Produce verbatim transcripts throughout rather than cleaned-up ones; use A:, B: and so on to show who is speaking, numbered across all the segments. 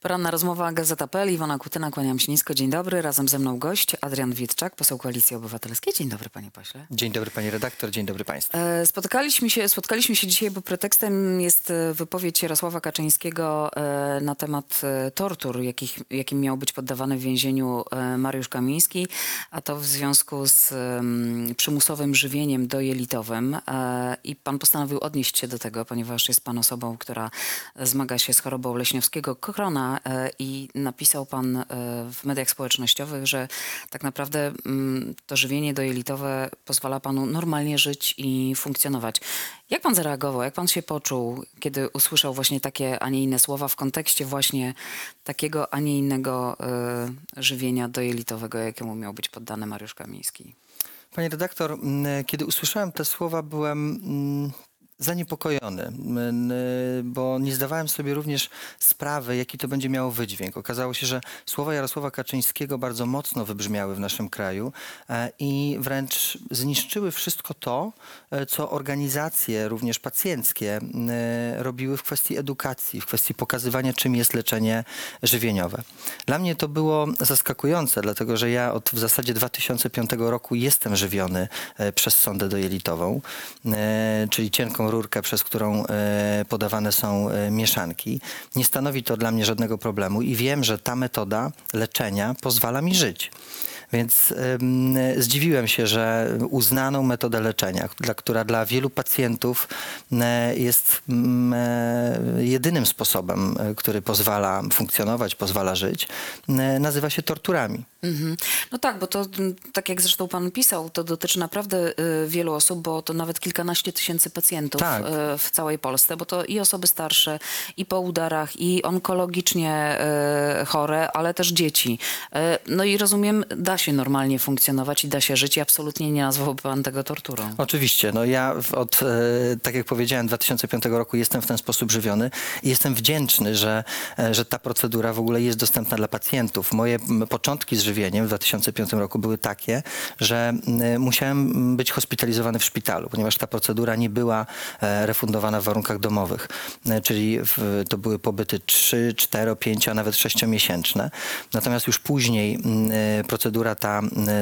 A: Poranna rozmowa Gazeta kropka pe el. Iwona Kutyna, kłaniam się nisko. Dzień dobry. Razem ze mną gość Adrian Witczak, poseł Koalicji Obywatelskiej. Dzień dobry, panie pośle.
B: Dzień dobry, pani redaktor. Dzień dobry państwu.
A: E, Spotkaliśmy się, spotkaliśmy się dzisiaj, bo pretekstem jest e, wypowiedź Jarosława Kaczyńskiego e, na temat e, tortur, jakich, jakim miał być poddawany w więzieniu e, Mariusz Kamiński, a to w związku z e, przymusowym żywieniem dojelitowym. E, I pan postanowił odnieść się do tego, ponieważ jest pan osobą, która zmaga się z chorobą leśniowskiego krona e, i napisał pan e, w mediach społecznościowych, że tak naprawdę mm, to żywienie dojelitowe pozwala panu normalnie żyć i funkcjonować. Jak pan zareagował, jak pan się poczuł, kiedy usłyszał właśnie takie, a nie inne słowa w kontekście właśnie takiego, a nie innego e, żywienia dojelitowego, jakiemu miał być poddany Mariusz Kamiński?
B: Pani redaktor, m, kiedy usłyszałem te słowa, byłem mm, zaniepokojony, m, bo nie zdawałem sobie również sprawy, jaki to będzie miało wydźwięk. Okazało się, że słowa Jarosława Kaczyńskiego bardzo mocno wybrzmiały w naszym kraju e, i wręcz zniszczyły wszystko to, e, co organizacje, również pacjenckie, m, robiły w kwestii edukacji, w kwestii pokazywania, czym jest leczenie żywieniowe. Dla mnie to było zaskakujące, dlatego że ja od w zasadzie dwa tysiące piątego roku jestem żywiony e, przez sondę dojelitową, e, czyli cienką rurkę, przez którą e, podawane są e, mieszanki. Nie stanowi to dla mnie żadnego problemu i wiem, że ta metoda leczenia pozwala mi żyć. Więc ym, zdziwiłem się, że uznaną metodę leczenia, dla, która dla wielu pacjentów y, jest y, jedynym sposobem, y, który pozwala funkcjonować, pozwala żyć, y, nazywa się torturami.
A: Mhm. No tak, bo to, m, tak jak zresztą pan pisał, to dotyczy naprawdę y, wielu osób, bo to nawet kilkanaście tysięcy pacjentów
B: Tak.
A: y, w całej Polsce, bo to i osoby starsze, i po udarach, i onkologicznie y, chore, ale też dzieci. Y, no i rozumiem, da się normalnie funkcjonować i da się żyć i absolutnie nie nazwałby pan tego torturą.
B: Oczywiście. No ja w- od, e, tak jak powiedziałem, dwa tysiące piątego roku jestem w ten sposób żywiony i jestem wdzięczny, że, e, że ta procedura w ogóle jest dostępna dla pacjentów. Moje m, początki z żywieniem w dwa tysiące piątym roku były takie, że m, musiałem być hospitalizowany w szpitalu, ponieważ ta procedura nie była e, refundowana w warunkach domowych. E, czyli w, to były pobyty trzy, cztero, pięcio, a nawet sześciomiesięczne. Natomiast już później m, e, procedura ta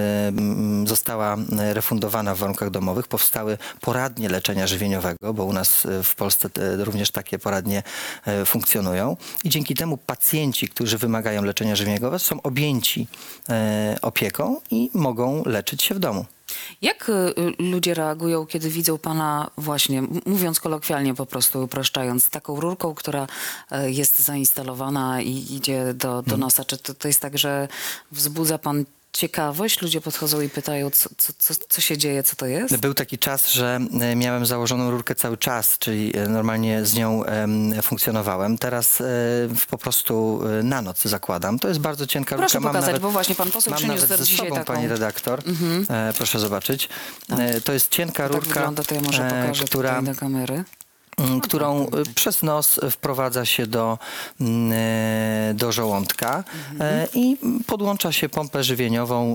B: m, została refundowana w warunkach domowych. Powstały poradnie leczenia żywieniowego, bo u nas e, w Polsce te, również takie poradnie e, funkcjonują. I dzięki temu pacjenci, którzy wymagają leczenia żywieniowego, są objęci e, opieką i mogą leczyć się w domu.
A: Jak y, ludzie reagują, kiedy widzą pana właśnie, m- mówiąc kolokwialnie po prostu, upraszczając, taką rurką, która y, jest zainstalowana i idzie do, do nosa? Czy to, to jest tak, że wzbudza pan ciekawość? Ludzie podchodzą i pytają, co, co, co, co się dzieje, co to jest?
B: Był taki czas, że e, miałem założoną rurkę cały czas, czyli e, normalnie z nią em, funkcjonowałem. Teraz e, w- po prostu e, na noc zakładam. To jest bardzo cienka
A: Proszę
B: rurka. Mam
A: pokazać,
B: nawet,
A: bo właśnie pan poseł
B: mam
A: przyniósł
B: nawet
A: też
B: ze
A: dzisiaj
B: sobą,
A: taką.
B: pani redaktor. E, proszę zobaczyć. E, to jest cienka
A: Tak
B: rurka,
A: wygląda, to ja może
B: e,
A: pokażę
B: która
A: tutaj do kamery.
B: m, którą y, przez nos wprowadza się do, mm, e, do żołądka e, i podłącza się pompę żywieniową,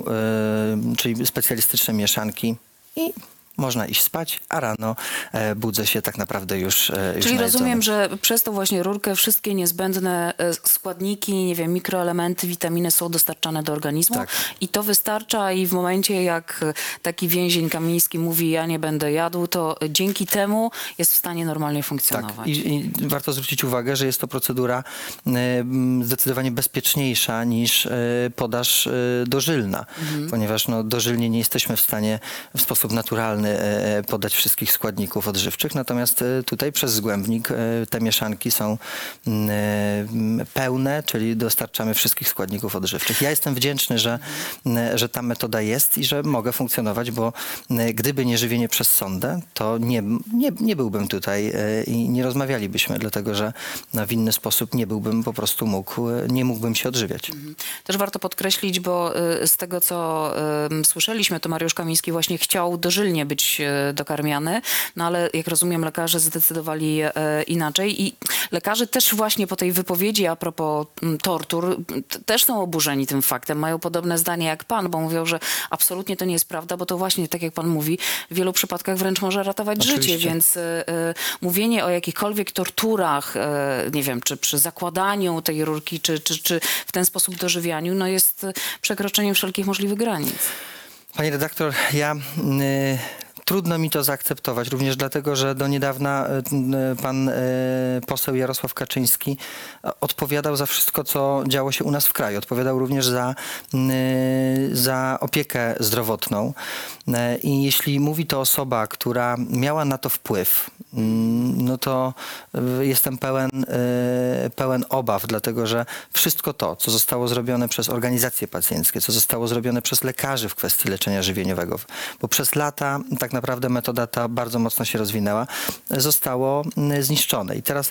B: e, czyli specjalistyczne mieszanki i można iść spać, a rano e, budzę się tak naprawdę już, e, już
A: Czyli
B: najedzony.
A: rozumiem, że przez tą właśnie rurkę wszystkie niezbędne e, składniki, nie wiem, mikroelementy, witaminy są dostarczane do organizmu
B: Tak.
A: i to wystarcza i w momencie jak e, taki więzień Kamiński mówi, ja nie będę jadł, to dzięki temu jest w stanie normalnie
B: Tak.
A: funkcjonować.
B: I, I warto zwrócić uwagę, że jest to procedura e, m, zdecydowanie bezpieczniejsza niż e, podaż e, dożylna, ponieważ no, dożylnie nie jesteśmy w stanie w sposób naturalny e, podać wszystkich składników odżywczych, natomiast e, tutaj przez zgłębnik e, te mieszanki są m, e, pełne, czyli dostarczamy wszystkich składników odżywczych. Ja jestem wdzięczny, że, m, że ta metoda jest i że mogę funkcjonować, bo m, gdyby nie żywienie przez sondę, to nie, nie, nie byłbym tutaj e, i nie rozmawialibyśmy, dlatego że no, w inny sposób nie byłbym po prostu mógł, e, nie mógłbym się odżywiać.
A: Też warto podkreślić, bo y, z tego, co y, słyszeliśmy, to Mariusz Kamiński właśnie chciał dożylnie być być e, dokarmiany, no ale jak rozumiem, lekarze zdecydowali e, inaczej i lekarze też właśnie po tej wypowiedzi a propos m, tortur t- też są oburzeni tym faktem, mają podobne zdanie jak pan, bo mówią, że absolutnie to nie jest prawda, bo to właśnie, tak jak pan mówi, w wielu przypadkach wręcz może ratować
B: Oczywiście.
A: życie, więc e, e, mówienie o jakichkolwiek torturach, e, nie wiem, czy przy zakładaniu tej rurki, czy, czy, czy w ten sposób dożywianiu, no jest e, przekroczeniem wszelkich możliwych granic.
B: Pani redaktor, ja... y, Trudno mi to zaakceptować, również dlatego, że do niedawna y, pan y, poseł Jarosław Kaczyński odpowiadał za wszystko, co działo się u nas w kraju. Odpowiadał również za, y, za opiekę zdrowotną. Y, I jeśli mówi to osoba, która miała na to wpływ, y, no to y, jestem pełen, y, pełen obaw, dlatego że wszystko to, co zostało zrobione przez organizacje pacjenckie, co zostało zrobione przez lekarzy w kwestii leczenia żywieniowego, bo przez lata tak naprawdę metoda ta bardzo mocno się rozwinęła, zostało zniszczone. I teraz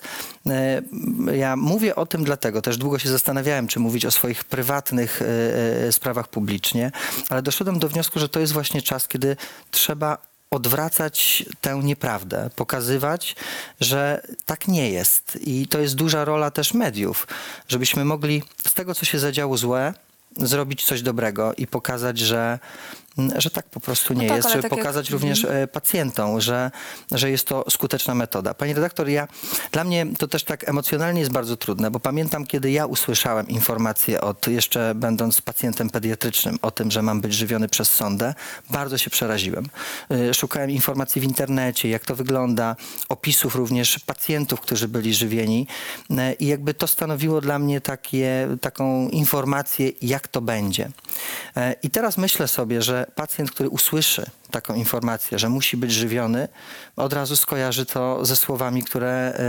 B: e, ja mówię o tym dlatego, też długo się zastanawiałem, czy mówić o swoich prywatnych e, sprawach publicznie, ale doszedłem do wniosku, że to jest właśnie czas, kiedy trzeba odwracać tę nieprawdę, pokazywać, że tak nie jest. I to jest duża rola też mediów, żebyśmy mogli z tego, co się zadziało złe, zrobić coś dobrego i pokazać, że, że tak po prostu nie
A: No tak,
B: jest,
A: ale
B: żeby
A: tak jak-
B: pokazać również e, pacjentom, że, że jest to skuteczna metoda. Pani redaktor, ja, dla mnie to też tak emocjonalnie jest bardzo trudne, bo pamiętam, kiedy ja usłyszałem informację od, jeszcze będąc pacjentem pediatrycznym, o tym, że mam być żywiony przez sondę, bardzo się przeraziłem. E, Szukałem informacji w internecie, jak to wygląda, opisów również pacjentów, którzy byli żywieni e, i jakby to stanowiło dla mnie takie, taką informację, jak to będzie. E, I teraz myślę sobie, że pacjent, który usłyszy taką informację, że musi być żywiony, od razu skojarzy to ze słowami, które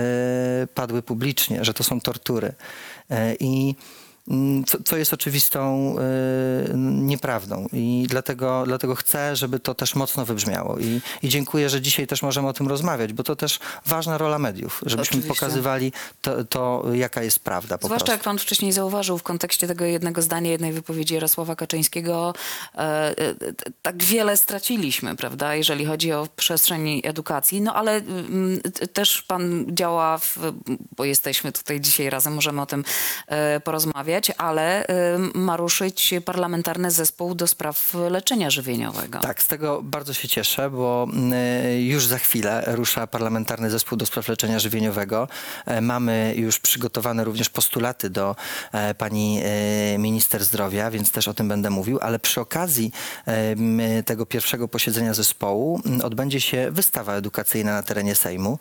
B: e, padły publicznie, że to są tortury. E, I mm, co, co jest oczywistą e, nieprawdą. I dlatego, dlatego chcę, żeby to też mocno wybrzmiało. I, I dziękuję, że dzisiaj też możemy o tym rozmawiać, bo to też ważna rola mediów, żebyśmy
A: Oczywiście.
B: pokazywali to, to, jaka jest prawda po
A: Zwłaszcza
B: prostu.
A: jak pan wcześniej zauważył w kontekście tego jednego zdania, jednej wypowiedzi Jarosława Kaczyńskiego, e, e, tak wiele straciliśmy, prawda, jeżeli chodzi o przestrzeń edukacji. No ale mm, t- też pan działa, w, bo jesteśmy tutaj dzisiaj razem, możemy o tym e, porozmawiać, ale e, ma ruszyć parlamentarny zespół do spraw leczenia żywieniowego.
B: Tak, z tego bardzo się cieszę, bo y, już za chwilę rusza Parlamentarny Zespół do Spraw Leczenia Żywieniowego. E, Mamy już przygotowane również postulaty do e, pani e, minister zdrowia, więc też o tym będę mówił, ale przy okazji e, m, tego pierwszego posiedzenia zespołu m, odbędzie się wystawa edukacyjna na terenie Sejmu.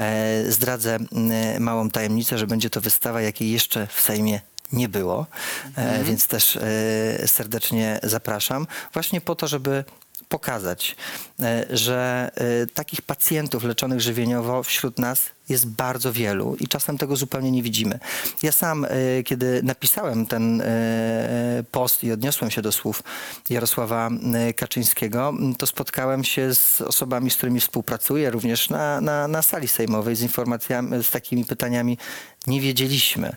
B: E, Zdradzę m, małą tajemnicę, że będzie to wystawa, jakiej jeszcze w Sejmie nie było, e, więc też e, serdecznie zapraszam. Właśnie po to, żeby pokazać, e, że e, takich pacjentów leczonych żywieniowo wśród nas jest bardzo wielu i czasem tego zupełnie nie widzimy. Ja sam, e, kiedy napisałem ten e, post i odniosłem się do słów Jarosława e, Kaczyńskiego, m, to spotkałem się z osobami, z którymi współpracuję, również na, na, na sali sejmowej z informacjami, z takimi pytaniami. Nie wiedzieliśmy.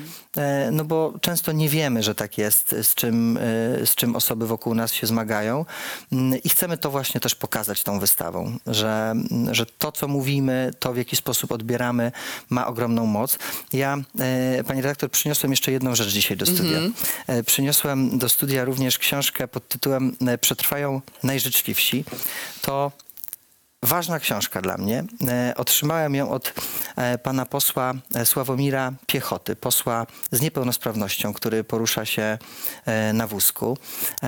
B: E, No bo często nie wiemy, że tak jest, z czym, e, z czym osoby wokół nas się zmagają. Mm, I chcemy to właśnie też pokazać tą wystawą, że, że to, co mówimy, to w jaki sposób odbieramy, ma ogromną moc. Ja, e, pani redaktor, przyniosłem jeszcze jedną rzecz dzisiaj do studia. E, Przyniosłem do studia również książkę pod tytułem e, Przetrwają najżyczliwsi. To ważna książka dla mnie. E, Otrzymałem ją od e, pana posła e, Sławomira Piechoty, posła z niepełnosprawnością, który porusza się e, na wózku.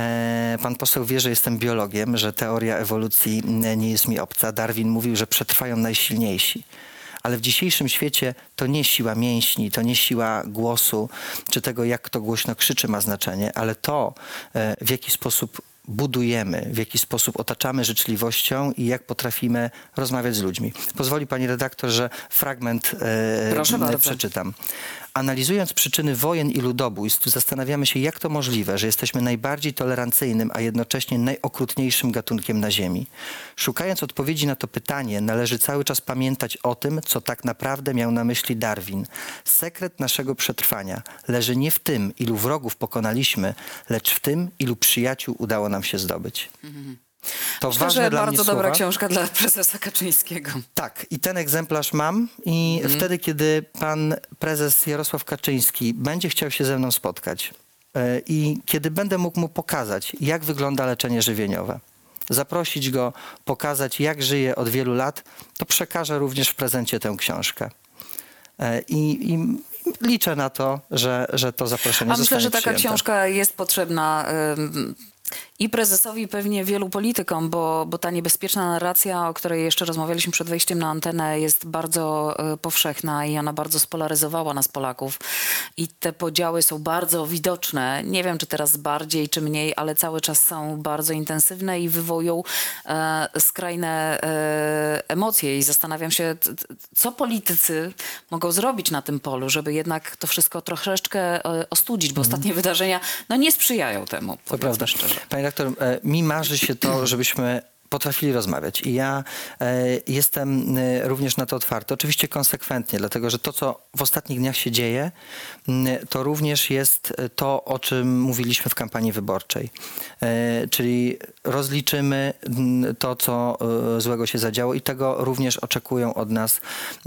B: E, Pan poseł wie, że jestem biologiem, że teoria ewolucji e, nie jest mi obca. Darwin mówił, że przetrwają najsilniejsi. Ale w dzisiejszym świecie to nie siła mięśni, to nie siła głosu, czy tego, jak kto głośno krzyczy, ma znaczenie, ale to, e, w jaki sposób budujemy, w jaki sposób otaczamy życzliwością i jak potrafimy rozmawiać z ludźmi. Pozwoli pani redaktor, że fragment e,
A: Proszę bardzo.
B: przeczytam. Analizując przyczyny wojen i ludobójstw, zastanawiamy się, jak to możliwe, że jesteśmy najbardziej tolerancyjnym, a jednocześnie najokrutniejszym gatunkiem na Ziemi. Szukając odpowiedzi na to pytanie, należy cały czas pamiętać o tym, co tak naprawdę miał na myśli Darwin. Sekret naszego przetrwania leży nie w tym, ilu wrogów pokonaliśmy, lecz w tym, ilu przyjaciół udało nam się zdobyć. To
A: Myślę,
B: ważne
A: że
B: dla
A: bardzo
B: mnie
A: dobra
B: słowa.
A: książka dla prezesa Kaczyńskiego.
B: Tak, i ten egzemplarz mam i wtedy, kiedy pan prezes Jarosław Kaczyński będzie chciał się ze mną spotkać e, i kiedy będę mógł mu pokazać, jak wygląda leczenie żywieniowe, zaprosić go, pokazać, jak żyje od wielu lat, to przekażę również w prezencie tę książkę. E, I, i liczę na to, że, że to zaproszenie
A: A myślę,
B: zostanie
A: że taka
B: przyjęte.
A: książka jest potrzebna ym, i prezesowi, i pewnie wielu politykom, bo, bo ta niebezpieczna narracja, o której jeszcze rozmawialiśmy przed wejściem na antenę, jest bardzo y, powszechna i ona bardzo spolaryzowała nas, Polaków. I te podziały są bardzo widoczne. Nie wiem, czy teraz bardziej, czy mniej, ale cały czas są bardzo intensywne i wywołują e, skrajne e, emocje. I zastanawiam się, t- t- co politycy mogą zrobić na tym polu, żeby jednak to wszystko troszeczkę e, ostudzić, bo ostatnie wydarzenia no, nie sprzyjają temu.
B: To prawda.
A: Szczerze.
B: Panie redaktor, e, mi marzy się to, żebyśmy potrafili rozmawiać i ja e, jestem e, również na to otwarty. Oczywiście konsekwentnie, dlatego że to, co w ostatnich dniach się dzieje, m, to również jest to, o czym mówiliśmy w kampanii wyborczej. E, czyli rozliczymy m, to, co e, złego się zadziało i tego również oczekują od nas,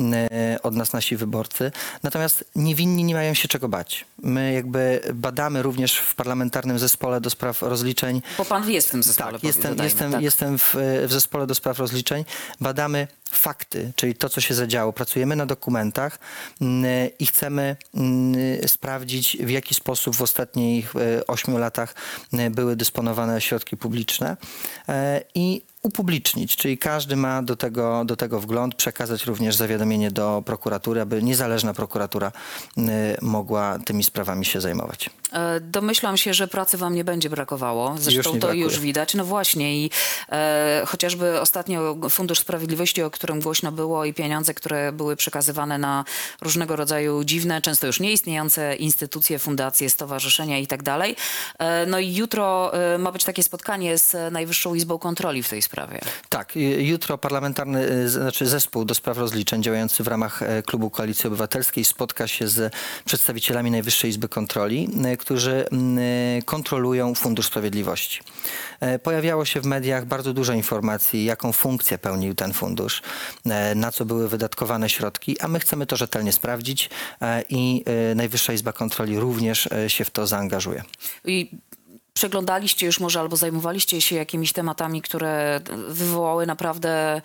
B: e, od nas nasi wyborcy. Natomiast niewinni nie mają się czego bać. My jakby badamy również w parlamentarnym zespole do spraw rozliczeń.
A: Bo pan jest w tym zespole.
B: Tak,
A: powie-
B: jestem,
A: dodajmy,
B: jestem,
A: tak.
B: jestem w, w zespole do spraw rozliczeń. Badamy fakty, czyli to, co się zadziało. Pracujemy na dokumentach mm, i chcemy mm, sprawdzić, w jaki sposób w ostatnich e, ośmiu latach e, były dysponowane środki publiczne e, i upublicznić, czyli każdy ma do tego, do tego wgląd, przekazać również zawiadomienie do prokuratury, aby niezależna prokuratura e, mogła tymi sprawami się zajmować.
A: E, Domyślam się, że pracy wam nie będzie brakowało. Zresztą
B: nie
A: to
B: brakuje.
A: już widać. No właśnie i e, chociażby ostatnio Fundusz Sprawiedliwości, o którym głośno było i pieniądze, które były przekazywane na różnego rodzaju dziwne, często już nieistniejące instytucje, fundacje, stowarzyszenia i tak dalej. E, No i jutro e, ma być takie spotkanie z Najwyższą Izbą Kontroli w tej sprawie.
B: Tak, y- jutro parlamentarny, y, z- znaczy zespół do spraw rozliczeń działający w ramach e, Klubu Koalicji Obywatelskiej spotka się z przedstawicielami Najwyższej Izby Kontroli, y, którzy mm, y, kontrolują Fundusz Sprawiedliwości. E, Pojawiało się w mediach bardzo dużo informacji, jaką funkcję pełnił ten fundusz, e, na co były wydatkowane środki, a my chcemy to rzetelnie sprawdzić e, i e, Najwyższa Izba Kontroli również e, się w to zaangażuje.
A: I przeglądaliście już może albo zajmowaliście się jakimiś tematami, które wywołały naprawdę,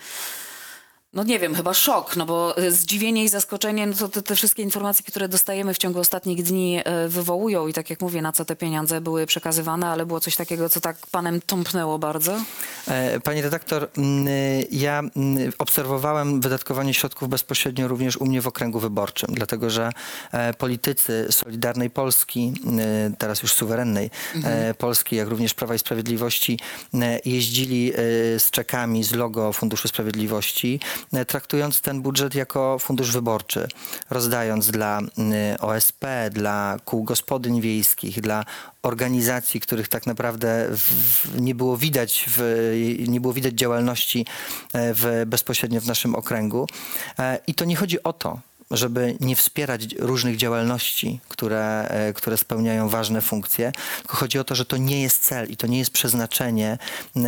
A: no nie wiem, chyba szok, no bo zdziwienie i zaskoczenie, no to te, te wszystkie informacje, które dostajemy w ciągu ostatnich dni e, wywołują i tak jak mówię, na co te pieniądze były przekazywane, ale było coś takiego, co tak panem tąpnęło bardzo?
B: E, Pani redaktor, mm, ja mm, obserwowałem wydatkowanie środków bezpośrednio również u mnie w okręgu wyborczym, dlatego że e, politycy Solidarnej Polski, e, teraz już suwerennej e, Polski, jak również Prawa i Sprawiedliwości e, jeździli e, z czekami z logo Funduszu Sprawiedliwości, e, traktując ten budżet jako fundusz wyborczy, rozdając dla mm, O S P, dla kół gospodyń wiejskich, dla organizacji, których tak naprawdę w, w, nie było widać w, nie było widać działalności e, w, bezpośrednio w naszym okręgu. E, I to nie chodzi o to, żeby nie wspierać różnych działalności, które, e, które spełniają ważne funkcje, tylko chodzi o to, że to nie jest cel i to nie jest przeznaczenie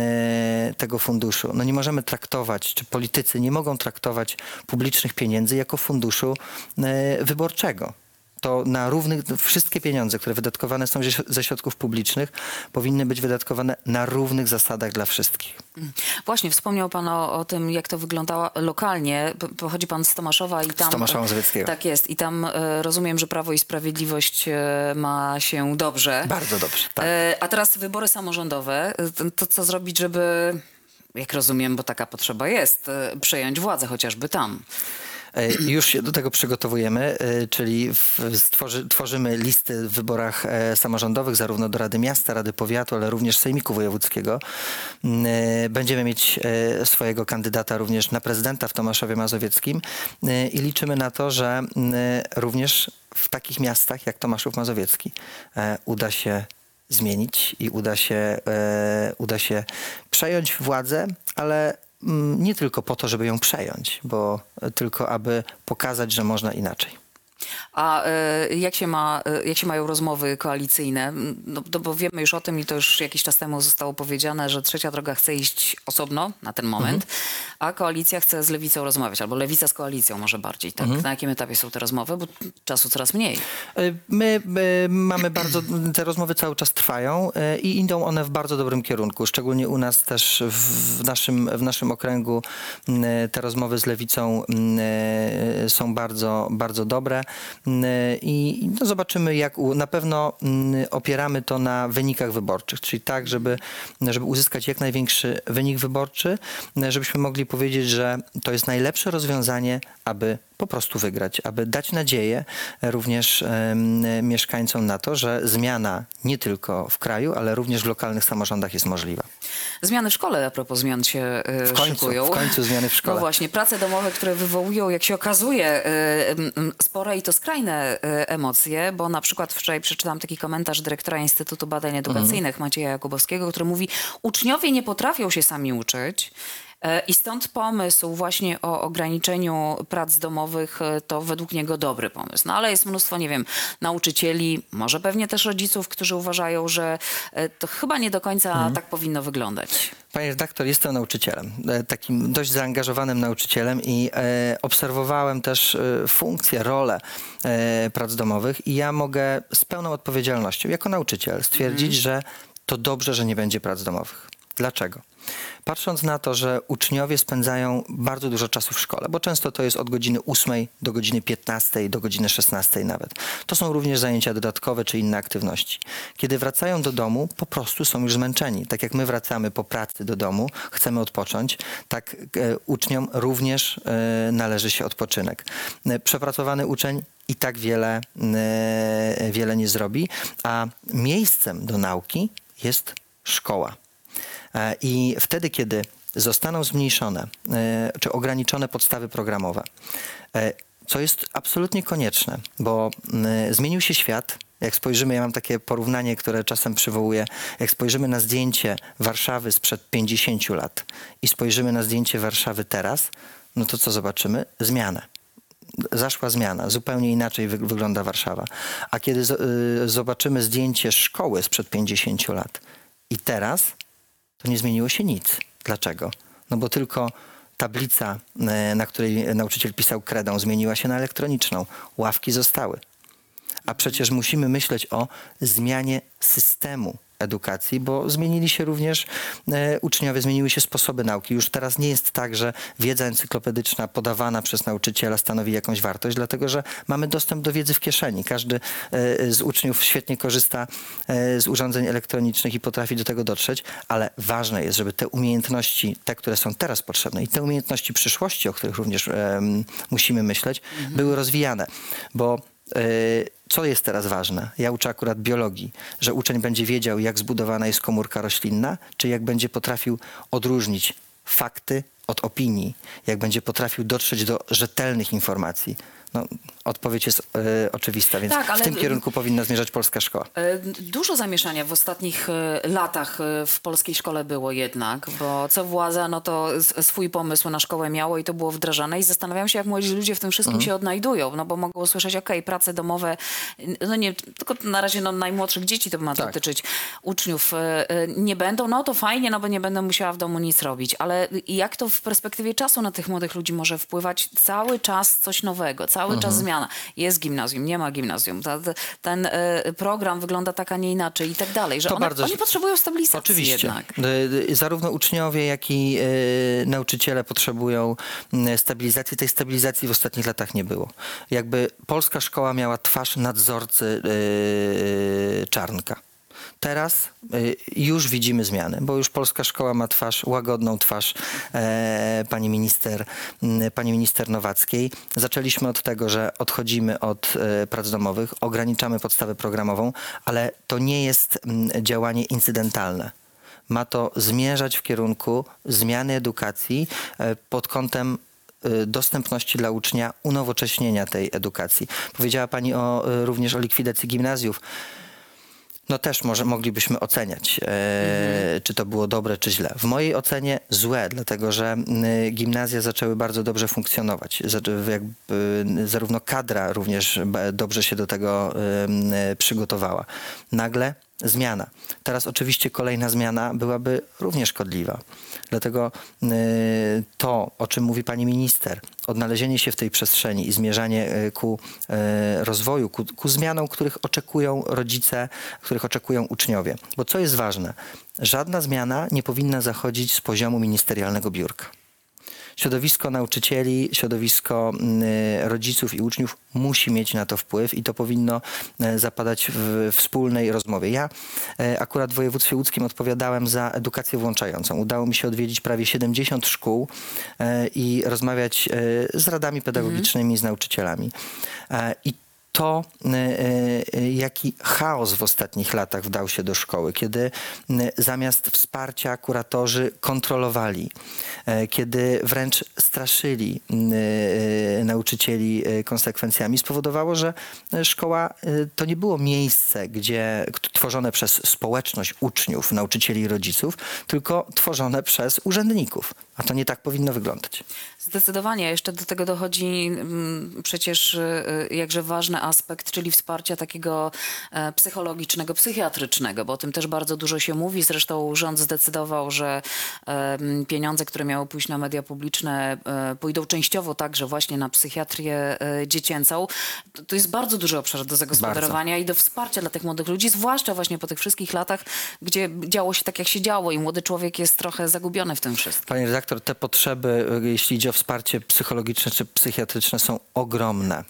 B: e, tego funduszu. No nie możemy traktować, czy politycy nie mogą traktować publicznych pieniędzy jako funduszu e, wyborczego. To na równych, wszystkie pieniądze, które wydatkowane są ze- ze środków publicznych, powinny być wydatkowane na równych zasadach dla wszystkich.
A: Właśnie, wspomniał pan o, o tym, jak to wyglądało lokalnie. P- Pochodzi pan z Tomaszowa i tam...
B: Tomaszowa Mazowieckiego.
A: Tak jest. I tam e, rozumiem, że Prawo i Sprawiedliwość e, ma się dobrze.
B: Bardzo dobrze, tak.
A: E, a teraz wybory samorządowe. E, To, to co zrobić, żeby, jak rozumiem, bo taka potrzeba jest, e, przejąć władzę chociażby tam?
B: E, Już się do tego przygotowujemy, e, czyli w, stworzy, tworzymy listy w wyborach e, samorządowych, zarówno do Rady Miasta, Rady Powiatu, ale również Sejmiku Wojewódzkiego. Mm, e, Będziemy mieć e, swojego kandydata również na prezydenta w Tomaszowie Mazowieckim e, i liczymy na to, że mm, e, również w takich miastach jak Tomaszów Mazowiecki e, uda się zmienić i uda się, e, uda się przejąć władzę, ale mm, nie tylko po to, żeby ją przejąć, bo tylko aby pokazać, że można inaczej.
A: A e, jak się ma, e, jak się mają rozmowy koalicyjne? No, no, bo wiemy już o tym i to już jakiś czas temu zostało powiedziane, że Trzecia Droga chce iść osobno na ten moment, a koalicja chce z Lewicą rozmawiać, albo Lewica z koalicją może bardziej. Tak? Na jakim etapie są te rozmowy? Bo czasu coraz mniej.
B: My, my mamy bardzo, te rozmowy cały czas trwają e, i idą one w bardzo dobrym kierunku. Szczególnie u nas też w naszym, w naszym okręgu m, te rozmowy z Lewicą m, e, są bardzo, bardzo dobre m, i no, zobaczymy jak u, na pewno m, opieramy to na wynikach wyborczych, czyli tak, żeby, żeby uzyskać jak największy wynik wyborczy, m, żebyśmy mogli powiedzieć, że to jest najlepsze rozwiązanie, aby po prostu wygrać, aby dać nadzieję również em, mieszkańcom na to, że zmiana nie tylko w kraju, ale również w lokalnych samorządach jest możliwa.
A: Zmiany w szkole, a propos zmian się e,
B: W końcu,
A: szykują.
B: w końcu zmiany w szkole.
A: No właśnie, prace domowe, które wywołują, jak się okazuje, e, m, spore i to skrajne e, emocje, bo na przykład wczoraj przeczytałam taki komentarz dyrektora Instytutu Badań Edukacyjnych Macieja Jakubowskiego, który mówi, uczniowie nie potrafią się sami uczyć. E, I stąd pomysł właśnie o ograniczeniu prac domowych e, to według niego dobry pomysł. No ale jest mnóstwo, nie wiem, nauczycieli, może pewnie też rodziców, którzy uważają, że e, to chyba nie do końca tak powinno wyglądać.
B: Panie redaktor, jestem nauczycielem, e, takim dość zaangażowanym nauczycielem i e, obserwowałem też e, funkcję, rolę e, prac domowych i ja mogę z pełną odpowiedzialnością jako nauczyciel stwierdzić, że to dobrze, że nie będzie prac domowych. Dlaczego? Patrząc na to, że uczniowie spędzają bardzo dużo czasu w szkole, bo często to jest od godziny ósmej do godziny piętnastej, do godziny szesnastej nawet. To są również zajęcia dodatkowe czy inne aktywności. Kiedy wracają do domu, po prostu są już zmęczeni. Tak jak my wracamy po pracy do domu, chcemy odpocząć, tak e, uczniom również e, należy się odpoczynek. E, przepracowany uczeń i tak wiele, e, wiele nie zrobi, a miejscem do nauki jest szkoła. I wtedy, kiedy zostaną zmniejszone e, czy ograniczone podstawy programowe, e, co jest absolutnie konieczne, bo e, zmienił się świat. Jak spojrzymy, ja mam takie porównanie, które czasem przywołuję, jak spojrzymy na zdjęcie Warszawy sprzed pięćdziesięciu lat i spojrzymy na zdjęcie Warszawy teraz, no to co zobaczymy? Zmianę. Zaszła zmiana, zupełnie inaczej wy wygląda Warszawa. A kiedy z, y, zobaczymy zdjęcie szkoły sprzed pięćdziesięciu lat i teraz, to nie zmieniło się nic. Dlaczego? No bo tylko tablica, na której nauczyciel pisał kredą, zmieniła się na elektroniczną. Ławki zostały. A przecież musimy myśleć o zmianie systemu edukacji, bo zmienili się również e, uczniowie, zmieniły się sposoby nauki. Już teraz nie jest tak, że wiedza encyklopedyczna podawana przez nauczyciela stanowi jakąś wartość, dlatego że mamy dostęp do wiedzy w kieszeni. Każdy e, z uczniów świetnie korzysta e, z urządzeń elektronicznych i potrafi do tego dotrzeć, ale ważne jest, żeby te umiejętności, te, które są teraz potrzebne i te umiejętności przyszłości, o których również e, musimy myśleć, mhm. były rozwijane, bo e, co jest teraz ważne? Ja uczę akurat biologii, że uczeń będzie wiedział, jak zbudowana jest komórka roślinna, czy jak będzie potrafił odróżnić fakty od opinii, jak będzie potrafił dotrzeć do rzetelnych informacji. No, odpowiedź jest e, oczywista, więc
A: Tak, ale
B: w tym kierunku powinna zmierzać polska szkoła.
A: E, Dużo zamieszania w ostatnich e, latach e, w polskiej szkole było jednak, bo co władza, no to s- swój pomysł na szkołę miało i to było wdrażane i zastanawiam się, jak młodzi ludzie w tym wszystkim się odnajdują, no bo mogą usłyszeć, okej, prace domowe, no nie, tylko na razie no, najmłodszych dzieci to ma
B: Tak.
A: dotyczyć, uczniów e, e, nie będą, no to fajnie, no bo nie będę musiała w domu nic robić, ale jak to w perspektywie czasu na tych młodych ludzi może wpływać? Cały czas coś nowego, cały czas zmiana. Jest gimnazjum, nie ma gimnazjum. Ta, ta, ten e, program wygląda tak, a nie inaczej i tak dalej. Że
B: To
A: one,
B: bardzo-
A: oni potrzebują stabilizacji
B: Oczywiście.
A: jednak.
B: Y, y, Zarówno uczniowie, jak i y, nauczyciele potrzebują y, stabilizacji. Tej stabilizacji w ostatnich latach nie było. Jakby polska szkoła miała twarz nadzorcy y, Czarnka. Teraz y, już widzimy zmiany, bo już polska szkoła ma twarz, łagodną twarz e, pani minister, m, pani minister Nowackiej. Zaczęliśmy od tego, że odchodzimy od e, prac domowych, ograniczamy podstawę programową, ale to nie jest m, działanie incydentalne. Ma to zmierzać w kierunku zmiany edukacji e, pod kątem e, dostępności dla ucznia, unowocześnienia tej edukacji. Powiedziała pani o, e, również o likwidacji gimnazjów. No też może moglibyśmy oceniać, e, czy to było dobre, czy źle. W mojej ocenie złe, dlatego że y, gimnazja zaczęły bardzo dobrze funkcjonować. Zaczę- jakby, y, zarówno kadra również ba- dobrze się do tego y, y, przygotowała. Nagle zmiana. Teraz oczywiście kolejna zmiana byłaby również szkodliwa. Dlatego y, to, o czym mówi pani minister, odnalezienie się w tej przestrzeni i zmierzanie y, ku y, rozwoju, ku, ku zmianom, których oczekują rodzice, których oczekują uczniowie. Bo co jest ważne? Żadna zmiana nie powinna zachodzić z poziomu ministerialnego biurka. Środowisko nauczycieli, środowisko y, rodziców i uczniów musi mieć na to wpływ i to powinno y, zapadać w wspólnej rozmowie. Ja y, akurat w województwie łódzkim odpowiadałem za edukację włączającą. Udało mi się odwiedzić prawie siedemdziesiąt szkół y, i rozmawiać y, z radami pedagogicznymi, z nauczycielami. Y, I to, y, y, jaki chaos w ostatnich latach wdał się do szkoły, kiedy y, zamiast wsparcia kuratorzy kontrolowali, y, kiedy wręcz straszyli y, y, nauczycieli y, konsekwencjami, spowodowało, że y, szkoła y, to nie było miejsce, gdzie k- tworzone przez społeczność uczniów, nauczycieli i rodziców, tylko tworzone przez urzędników. A to nie tak powinno wyglądać.
A: Zdecydowanie. Jeszcze do tego dochodzi mm, przecież y, jakże ważny aspekt, czyli wsparcia takiego e, psychologicznego, psychiatrycznego, bo o tym też bardzo dużo się mówi. Zresztą rząd zdecydował, że e, pieniądze, które miały pójść na media publiczne, e, pójdą częściowo także właśnie na psychiatrię e, dziecięcą. To, to jest bardzo duży obszar do zagospodarowania i do wsparcia dla tych młodych ludzi, zwłaszcza właśnie po tych wszystkich latach, gdzie działo się tak, jak się działo i młody człowiek jest trochę zagubiony w tym wszystkim.
B: Panie redaktor, te potrzeby, jeśli idzie o wsparcie psychologiczne czy psychiatryczne, są ogromne.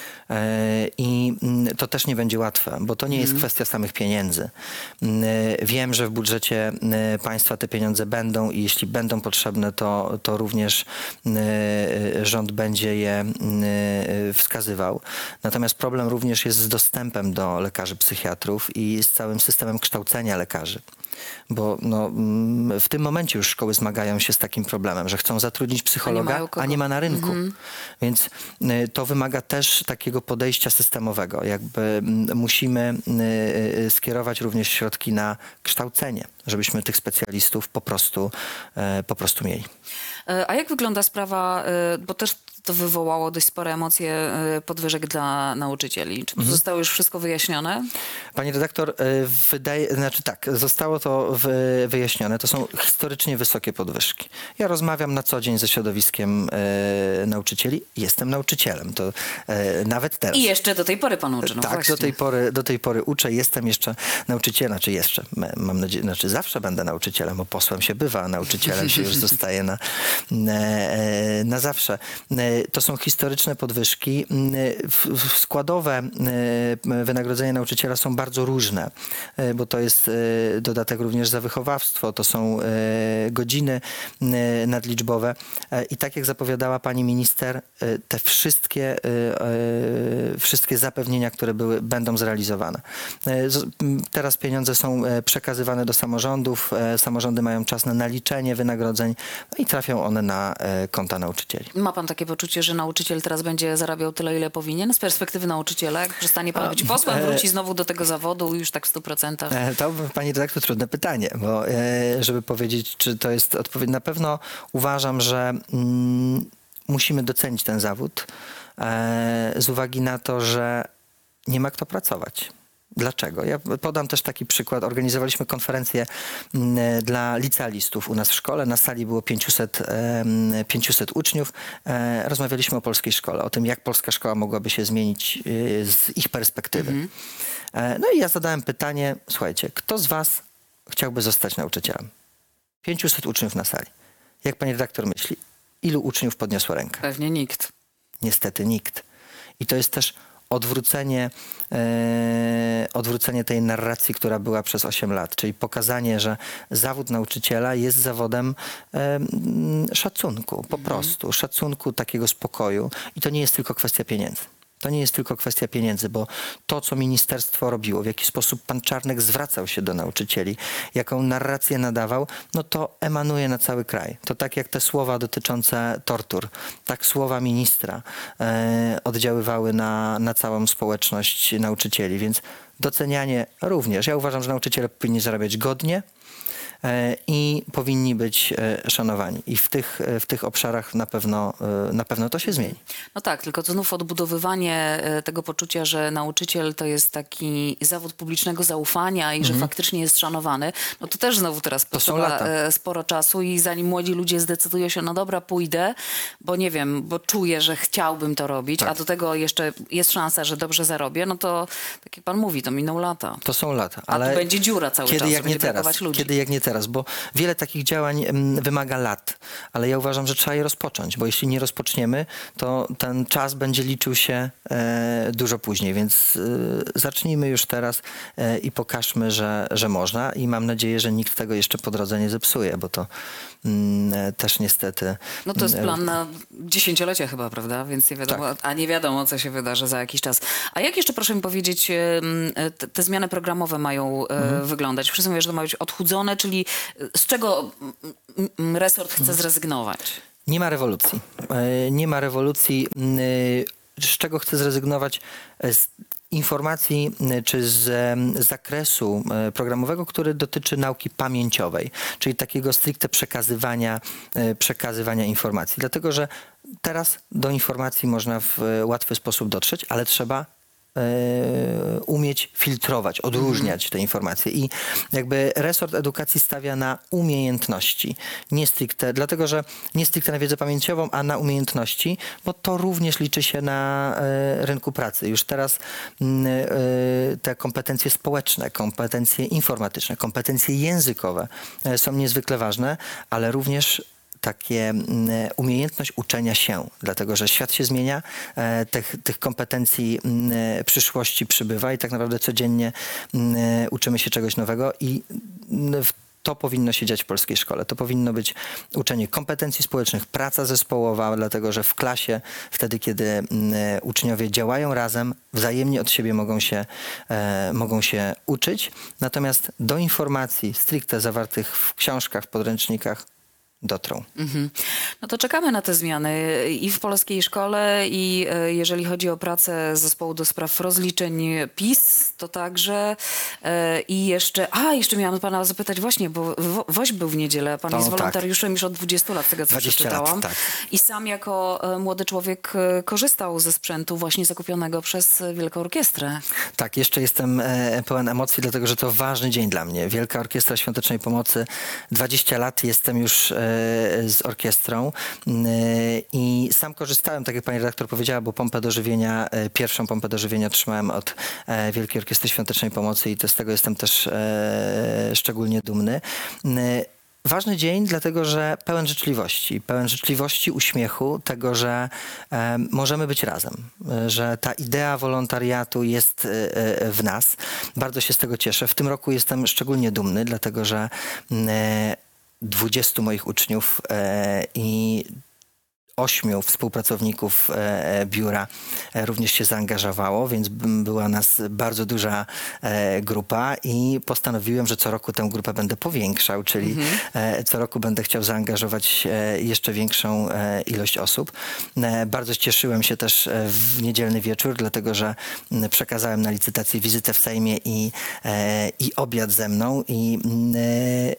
B: E, I mm, to też nie będzie łatwe, bo to nie jest kwestia samych pieniędzy. Mm, Wiem, że w budżecie mm, państwa te pieniądze będą i jeśli będą potrzebne, to, to również mm, rząd będzie je mm, wskazywał. Natomiast problem również jest z dostępem do lekarzy psychiatrów i z całym systemem kształcenia lekarzy. Bo no, mm, w tym momencie już szkoły zmagają się z takim problemem, że chcą zatrudnić psychologa,
A: mają kogo.
B: a nie ma na rynku. Więc y, to wymaga też takiego podejścia systemowego. Jakby mm, musimy y, y, skierować również środki na kształcenie, żebyśmy tych specjalistów po prostu, y, po prostu mieli.
A: E, A jak wygląda sprawa, e, bo też to wywołało dość spore emocje e, podwyżek dla nauczycieli. Czy to zostało już wszystko wyjaśnione?
B: Pani redaktor, y, wydaje, znaczy tak, zostało to wy, wyjaśnione. To są historycznie wysokie podwyżki. Ja rozmawiam na co dzień ze środowiskiem y, nauczycieli. Jestem nauczycielem, to y, nawet teraz.
A: I jeszcze do tej pory pan uczy. No
B: tak,
A: właśnie.
B: do tej, pory, do tej pory uczę. Jestem jeszcze nauczycielem, czy jeszcze, m- mam nadzieję, znaczy zawsze będę nauczycielem, bo posłem się bywa, a nauczycielem się już zostaje na, e, na zawsze. E, To są historyczne podwyżki. E, w- w- Składowe e, wynagrodzenia nauczyciela są bardzo różne, e, bo to jest e, dodatek również za wychowawstwo, to są e, godziny e, nadliczbowe E, i tak jak zapowiadała pani minister, e, te wszystkie, e, e, wszystkie zapewnienia, które były, będą zrealizowane. E, z- m, Teraz pieniądze są e, przekazywane do samorządów, e, samorządy mają czas na naliczenie wynagrodzeń no i trafią one na e, konta nauczycieli.
A: Ma pan takie poczucie, że nauczyciel teraz będzie zarabiał tyle, ile powinien? Z perspektywy nauczyciela, jak przestanie pan być posłem,
B: e,
A: wróci znowu do tego zawodu już tak w stu procentach.
B: E, To, pani redaktor, trudne pytanie, bo e, żeby powiedzieć, czy to jest odpowiedź, na pewno uważam, że mm, musimy docenić ten zawód e, z uwagi na to, że nie ma kto pracować. Dlaczego? Ja podam też taki przykład. Organizowaliśmy konferencję mm, dla licealistów u nas w szkole. Na sali było pięciuset, em, pięciuset uczniów. E, Rozmawialiśmy o polskiej szkole, o tym, jak polska szkoła mogłaby się zmienić y, z ich perspektywy. E, No i ja zadałem pytanie, słuchajcie, kto z was chciałby zostać nauczycielem? pięciuset uczniów na sali. Jak pani redaktor myśli, ilu uczniów podniosło rękę?
A: Pewnie nikt.
B: Niestety nikt. I to jest też odwrócenie, e, odwrócenie tej narracji, która była przez osiem lat, czyli pokazanie, że zawód nauczyciela jest zawodem e, m, szacunku, po prostu, szacunku, takiego spokoju. I to nie jest tylko kwestia pieniędzy. To nie jest tylko kwestia pieniędzy, bo to, co ministerstwo robiło, w jaki sposób pan Czarnek zwracał się do nauczycieli, jaką narrację nadawał, no to emanuje na cały kraj. To tak jak te słowa dotyczące tortur, tak słowa ministra e, oddziaływały na, na całą społeczność nauczycieli, więc Docenianie również. Ja uważam, że nauczyciele powinni zarabiać godnie e, i powinni być e, szanowani. I w tych, e, w tych obszarach na pewno, e, na pewno to się zmieni.
A: No tak, tylko znów odbudowywanie e, tego poczucia, że nauczyciel to jest taki zawód publicznego zaufania i że faktycznie jest szanowany, no to też znowu teraz
B: są
A: potrzeba
B: lata.
A: e, sporo czasu i zanim młodzi ludzie zdecydują się, no dobra, pójdę, bo nie wiem, bo czuję, że chciałbym to robić,
B: Tak.
A: a do tego jeszcze jest szansa, że dobrze zarobię, no to tak jak pan mówi, to miną lata.
B: To są lata.
A: A tu będzie dziura cały
B: kiedy
A: czas,
B: jak
A: będzie
B: nie teraz,
A: brakować ludzi.
B: Kiedy jak nie teraz, bo wiele takich działań mm, wymaga lat, ale ja uważam, że trzeba je rozpocząć, bo jeśli nie rozpoczniemy, to ten czas będzie liczył się e, dużo później, więc e, zacznijmy już teraz e, i pokażmy, że, że można i mam nadzieję, że nikt tego jeszcze po drodze nie zepsuje, bo to mm, e, też niestety...
A: No to jest
B: mm,
A: plan na dziesięciolecie chyba, prawda? Więc nie wiadomo,
B: Tak.
A: a nie wiadomo, co się wydarzy za jakiś czas. A jak jeszcze, proszę mi powiedzieć, em, te, te zmiany programowe mają e, wyglądać? Wszyscy mówią, że to ma być odchudzone, czyli z czego mm, mm, resort chce zrezygnować?
B: Nie ma rewolucji. E, Nie ma rewolucji. e, Z czego chcę zrezygnować? E, Z informacji e, czy z e, zakresu e, programowego, który dotyczy nauki pamięciowej, czyli takiego stricte przekazywania, e, przekazywania informacji. Dlatego, że teraz do informacji można w e, łatwy sposób dotrzeć, ale trzeba e, umieć filtrować, odróżniać te informacje. I jakby resort edukacji stawia na umiejętności. Nie stricte, dlatego że nie stricte na wiedzę pamięciową, a na umiejętności, bo to również liczy się na e, rynku pracy. Już teraz m, e, te kompetencje społeczne, kompetencje informatyczne, kompetencje językowe e, są niezwykle ważne, ale również takie mm, umiejętność uczenia się, dlatego że świat się zmienia, e, tych, tych kompetencji mm, przyszłości przybywa i tak naprawdę codziennie mm, uczymy się czegoś nowego i mm, w to powinno się dziać w polskiej szkole. To powinno być uczenie kompetencji społecznych, praca zespołowa, dlatego że w klasie, wtedy kiedy mm, uczniowie działają razem, wzajemnie od siebie mogą się, e, mogą się uczyć. Natomiast do informacji stricte zawartych w książkach, w podręcznikach dotrą.
A: Mhm. No to czekamy na te zmiany i w polskiej szkole i e, jeżeli chodzi o pracę zespołu do spraw rozliczeń PiS, to także e, i jeszcze, a jeszcze miałam pana zapytać właśnie, bo Wo- Woś był w niedzielę, pan
B: O,
A: jest
B: tak.
A: wolontariuszem już od dwudziestu lat, z tego co
B: dwadzieścia lat,
A: przeczytałam.
B: tak.
A: I sam jako e, młody człowiek e, korzystał ze sprzętu właśnie zakupionego przez Wielką Orkiestrę.
B: Tak, jeszcze jestem e, pełen emocji, dlatego że to ważny dzień dla mnie. Wielka Orkiestra Świątecznej Pomocy. dwadzieścia lat jestem już e, z orkiestrą e, i sam korzystałem, tak jak pani redaktor powiedziała, bo pompę do żywienia, e, pierwszą pompę do żywienia otrzymałem od e, Wielkiej Orkiestry Świątecznej Pomocy i to z tego jestem też e, szczególnie dumny. E, Ważny dzień, dlatego że pełen życzliwości, pełen życzliwości, uśmiechu, tego, że e, możemy być razem, e, że ta idea wolontariatu jest e, e, w nas. Bardzo się z tego cieszę. W tym roku jestem szczególnie dumny, dlatego że e, dwudziestu moich uczniów e, i ośmiu współpracowników e, biura e, również się zaangażowało, więc b- była nas bardzo duża e, grupa i postanowiłem, że co roku tę grupę będę powiększał, czyli e, co roku będę chciał zaangażować e, jeszcze większą e, ilość osób. E, bardzo cieszyłem się też e, w niedzielny wieczór, dlatego że m, przekazałem na licytację wizytę w Sejmie i, e, i obiad ze mną i m, e,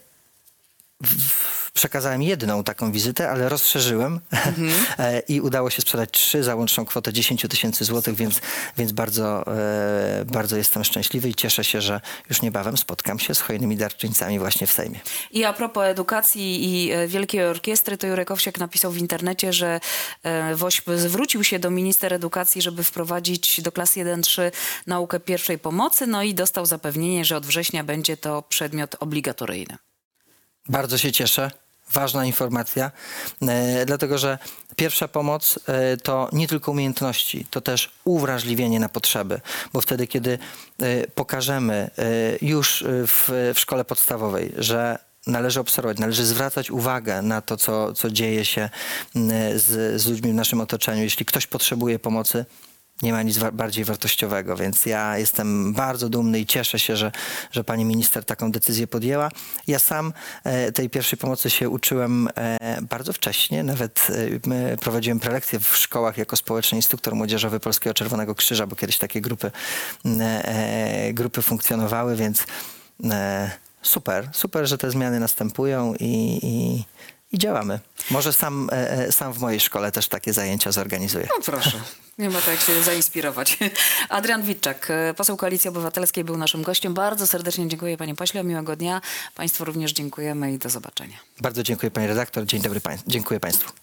B: w- przekazałem jedną taką wizytę, ale rozszerzyłem e, i udało się sprzedać trzy za łączną kwotę dziesięć tysięcy złotych, więc, więc bardzo, e, bardzo jestem szczęśliwy i cieszę się, że już niebawem spotkam się z hojnymi darczyńcami właśnie w Sejmie.
A: I a propos edukacji i e, Wielkiej Orkiestry, to Jurek Owsiak napisał w internecie, że e, Woś zwrócił się do minister edukacji, żeby wprowadzić do klas jeden trzy naukę pierwszej pomocy, no i dostał zapewnienie, że od września będzie to przedmiot obligatoryjny.
B: Bardzo się cieszę. Ważna informacja, e, dlatego że pierwsza pomoc e, to nie tylko umiejętności, to też uwrażliwienie na potrzeby, bo wtedy, kiedy e, pokażemy e, już w, w szkole podstawowej, że należy obserwować, należy zwracać uwagę na to, co, co dzieje się m, z, z ludźmi w naszym otoczeniu. Jeśli ktoś potrzebuje pomocy, nie ma nic wa- bardziej wartościowego, więc ja jestem bardzo dumny i cieszę się, że, że pani minister taką decyzję podjęła. Ja sam e, tej pierwszej pomocy się uczyłem e, bardzo wcześnie, nawet e, my prowadziłem prelekcje w szkołach jako społeczny instruktor młodzieżowy Polskiego Czerwonego Krzyża, bo kiedyś takie grupy, e, e, grupy funkcjonowały, więc e, super, super, że te zmiany następują i, i, i działamy. Może sam, e, e, sam w mojej szkole też takie zajęcia zorganizuję.
A: No proszę, nie ma tak jak się zainspirować. Adrian Witczak, poseł Koalicji Obywatelskiej, był naszym gościem. Bardzo serdecznie dziękuję panie pośle, miłego dnia. Państwu również dziękujemy i do zobaczenia.
B: Bardzo dziękuję pani redaktor. Dzień dobry państwu. Dziękuję państwu.